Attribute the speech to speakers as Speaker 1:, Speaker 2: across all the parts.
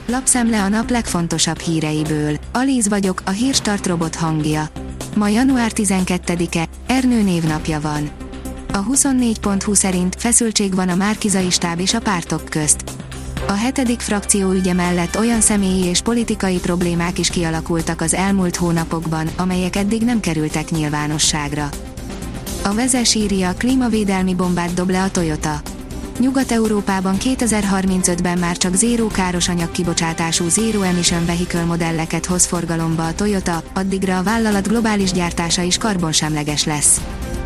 Speaker 1: Lapszemle a nap legfontosabb híreiből. Alíz vagyok, a Hírstart robot hangja. Ma január 12-e, Ernő névnapja van. A 24.20 szerint feszültség van a márkizai stáb és a pártok közt. A 7. frakció ügye mellett olyan személyi és politikai problémák is kialakultak az elmúlt hónapokban, amelyek eddig nem kerültek nyilvánosságra. A Vezes írja, klímavédelmi bombát dob le a Toyota. Nyugat-Európában 2035-ben már csak zéró káros anyagkibocsátású Zero Emission Vehicle modelleket hoz forgalomba a Toyota, addigra a vállalat globális gyártása is karbonsemleges lesz.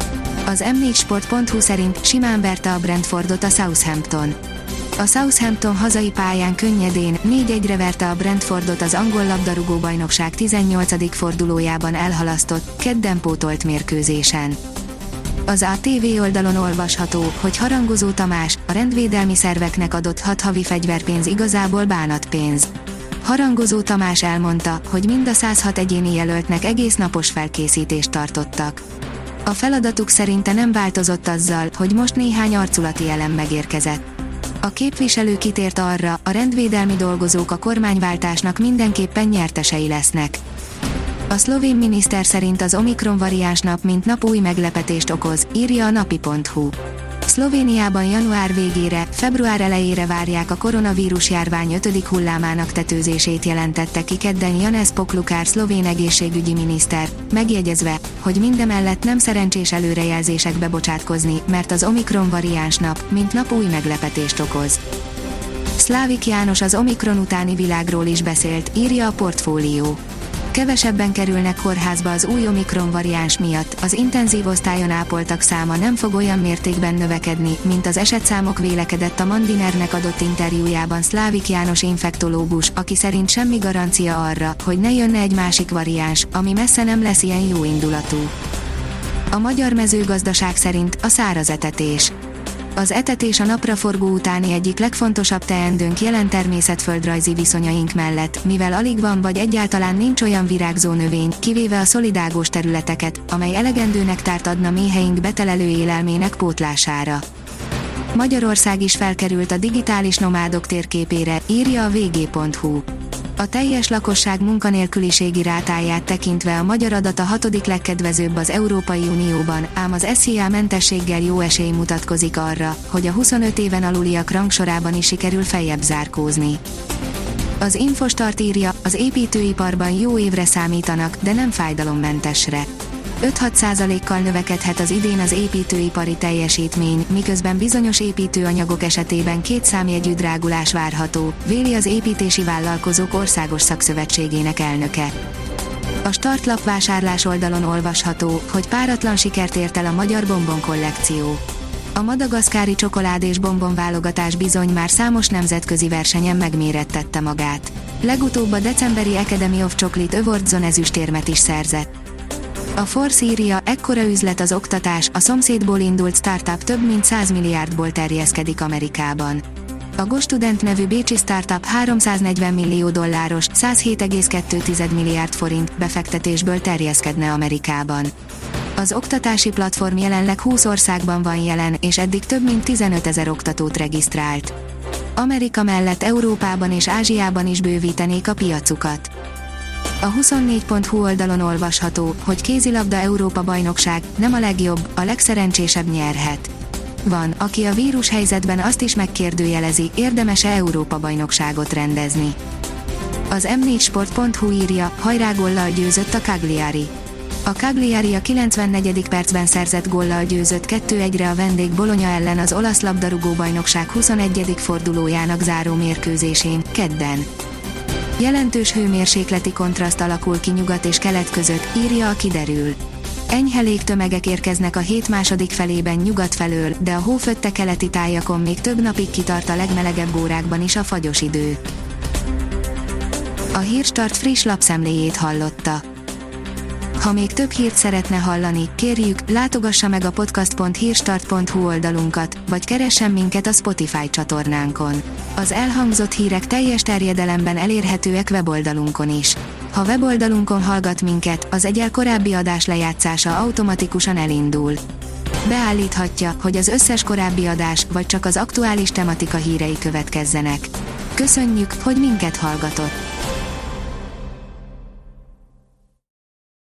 Speaker 1: Az m4sport.hu szerint simán verte a Brentfordot a Southampton. A Southampton hazai pályán könnyedén 4-1-re verte a Brentfordot az angol labdarúgó-bajnokság 18. fordulójában elhalasztott, kedden pótolt mérkőzésen. Az ATV oldalon olvasható, hogy Harangozó Tamás, a rendvédelmi szerveknek adott 6 havi fegyverpénz igazából bánatpénz. Harangozó Tamás elmondta, hogy mind a 106 egyéni jelöltnek egész napos felkészítést tartottak. A feladatuk szerinte nem változott azzal, hogy most néhány arculati elem megérkezett. A képviselő kitért arra, a rendvédelmi dolgozók a kormányváltásnak mindenképpen nyertesei lesznek. A szlovén miniszter szerint az Omikron variáns nap mint nap új meglepetést okoz, írja a napi.hu. Szlovéniában január végére, február elejére várják a koronavírus járvány 5. hullámának tetőzését, jelentette ki kedden Janez Poklukár szlovén egészségügyi miniszter, megjegyezve, hogy mindemellett nem szerencsés előrejelzésekbe bocsátkozni, mert az Omikron variáns nap, mint nap új meglepetést okoz. Szlávik János az Omikron utáni világról is beszélt, írja a Portfólió. Kevesebben kerülnek kórházba az új Omikron variáns miatt, az intenzív osztályon ápoltak száma nem fog olyan mértékben növekedni, mint az esetszámok, vélekedett a Mandinernek adott interjújában Szlávik János infektológus, aki szerint semmi garancia arra, hogy ne jönne egy másik variáns, ami messze nem lesz ilyen jóindulatú. A magyar mezőgazdaság szerint a száraz etetés. Az etetés a napraforgó utáni egyik legfontosabb teendőnk jelen természetföldrajzi viszonyaink mellett, mivel alig van vagy egyáltalán nincs olyan virágzó növény, kivéve a szolidágos területeket, amely elegendő nektárt adna méheink betelelő élelmének pótlására. Magyarország is felkerült a digitális nomádok térképére, írja a vg.hu. A teljes lakosság munkanélküliségi rátáját tekintve a magyar adat a 6. legkedvezőbb az Európai Unióban, ám az SZIA mentességgel jó esély mutatkozik arra, hogy a 25 éven aluliak rangsorában is sikerül feljebb zárkózni. Az Infostart írja, az építőiparban jó évre számítanak, de nem fájdalommentesre. 5-6%-kal növekedhet az idén az építőipari teljesítmény, miközben bizonyos építőanyagok esetében 2 számjegyű drágulás várható, véli az Építési Vállalkozók Országos Szakszövetségének elnöke. A startlap vásárlás oldalon olvasható, hogy páratlan sikert ért el a magyar bombonkollekció. A madagaszkári csokolád és bombonválogatás bizony már számos nemzetközi versenyen megmérettette magát. Legutóbb a decemberi Academy of Chocolate Awardson ezüstérmet is szerzett. A Force írja, ekkora üzlet az oktatás, a szomszédból indult startup több mint 100 milliárdból terjeszkedik Amerikában. A GoStudent nevű bécsi startup 340 millió dolláros, 107,2 milliárd forint befektetésből terjeszkedne Amerikában. Az oktatási platform jelenleg 20 országban van jelen, és eddig több mint 15 000 oktatót regisztrált. Amerika mellett Európában és Ázsiában is bővítenék a piacukat. A 24.hu oldalon olvasható, hogy kézilabda Európa-bajnokság, nem a legjobb, a legszerencsésebb nyerhet. Van, aki a vírus helyzetben azt is megkérdőjelezi, érdemes-e Európa-bajnokságot rendezni. Az m4sport.hu írja, hajrá, góllal győzött a Cagliari. A Cagliari a 94. percben szerzett góllal győzött 2-1-re a vendég Bologna ellen az olasz labdarúgó-bajnokság 21. fordulójának záró mérkőzésén, kedden. Jelentős hőmérsékleti kontraszt alakul ki nyugat és kelet között, írja a Kiderül. Enyhe légtömegek érkeznek a hét második felében nyugat felől, de a hófötte keleti tájakon még több napig kitart a legmelegebb órákban is a fagyos idő. A Hírstart friss lapszemléjét hallotta. Ha még több hírt szeretne hallani, kérjük, látogassa meg a podcast.hírstart.hu oldalunkat, vagy keressen minket a Spotify csatornánkon. Az elhangzott hírek teljes terjedelemben elérhetőek weboldalunkon is. Ha weboldalunkon hallgat minket, az egyel korábbi adás lejátszása automatikusan elindul. Beállíthatja, hogy az összes korábbi adás, vagy csak az aktuális tematika hírei következzenek. Köszönjük, hogy minket hallgatott!